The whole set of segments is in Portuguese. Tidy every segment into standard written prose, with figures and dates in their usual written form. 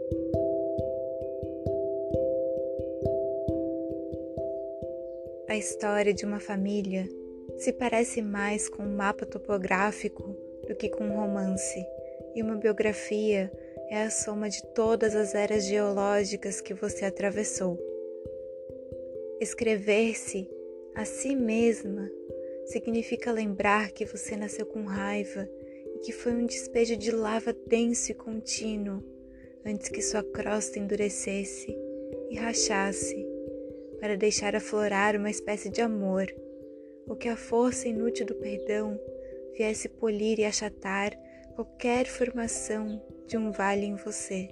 A história de uma família se parece mais com um mapa topográfico do que com um romance, e uma biografia é a soma de todas as eras geológicas que você atravessou. Escrever-se a si mesma significa lembrar que você nasceu com raiva e que foi um despejo de lava denso e contínuo antes que sua crosta endurecesse e rachasse, para deixar aflorar uma espécie de amor, ou que a força inútil do perdão viesse polir e achatar qualquer formação de um vale em você.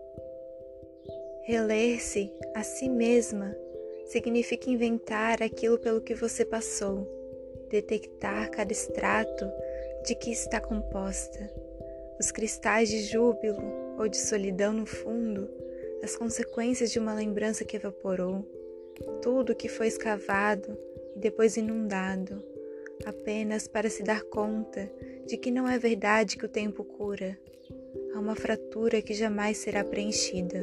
Reler-se a si mesma significa inventar aquilo pelo que você passou, detectar cada extrato de que está composta, os cristais de júbilo ou de solidão no fundo, as consequências de uma lembrança que evaporou, tudo que foi escavado e depois inundado, apenas para se dar conta de que não é verdade que o tempo cura. Há uma fratura que jamais será preenchida.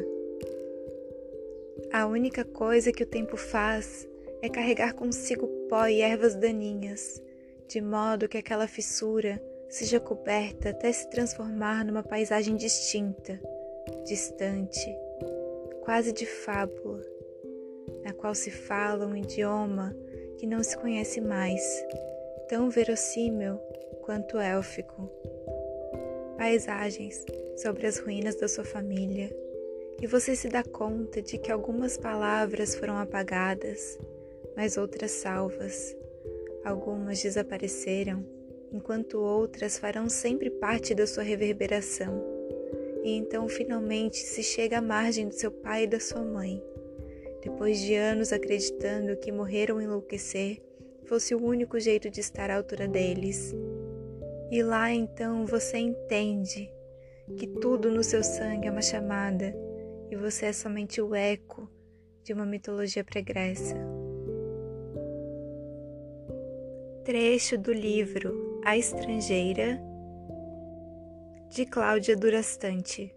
A única coisa que o tempo faz é carregar consigo pó e ervas daninhas, de modo que aquela fissura seja coberta até se transformar numa paisagem distinta, distante, quase de fábula, na qual se fala um idioma que não se conhece mais, tão verossímil quanto élfico. Paisagens sobre as ruínas da sua família, e você se dá conta de que algumas palavras foram apagadas, mas outras salvas. Algumas desapareceram, enquanto outras farão sempre parte da sua reverberação. E então finalmente se chega à margem do seu pai e da sua mãe, depois de anos acreditando que morrer ou enlouquecer fosse o único jeito de estar à altura deles. E lá então você entende que tudo no seu sangue é uma chamada e você é somente o eco de uma mitologia pregressa. Trecho do livro A Estrangeira, de Cláudia Durastante.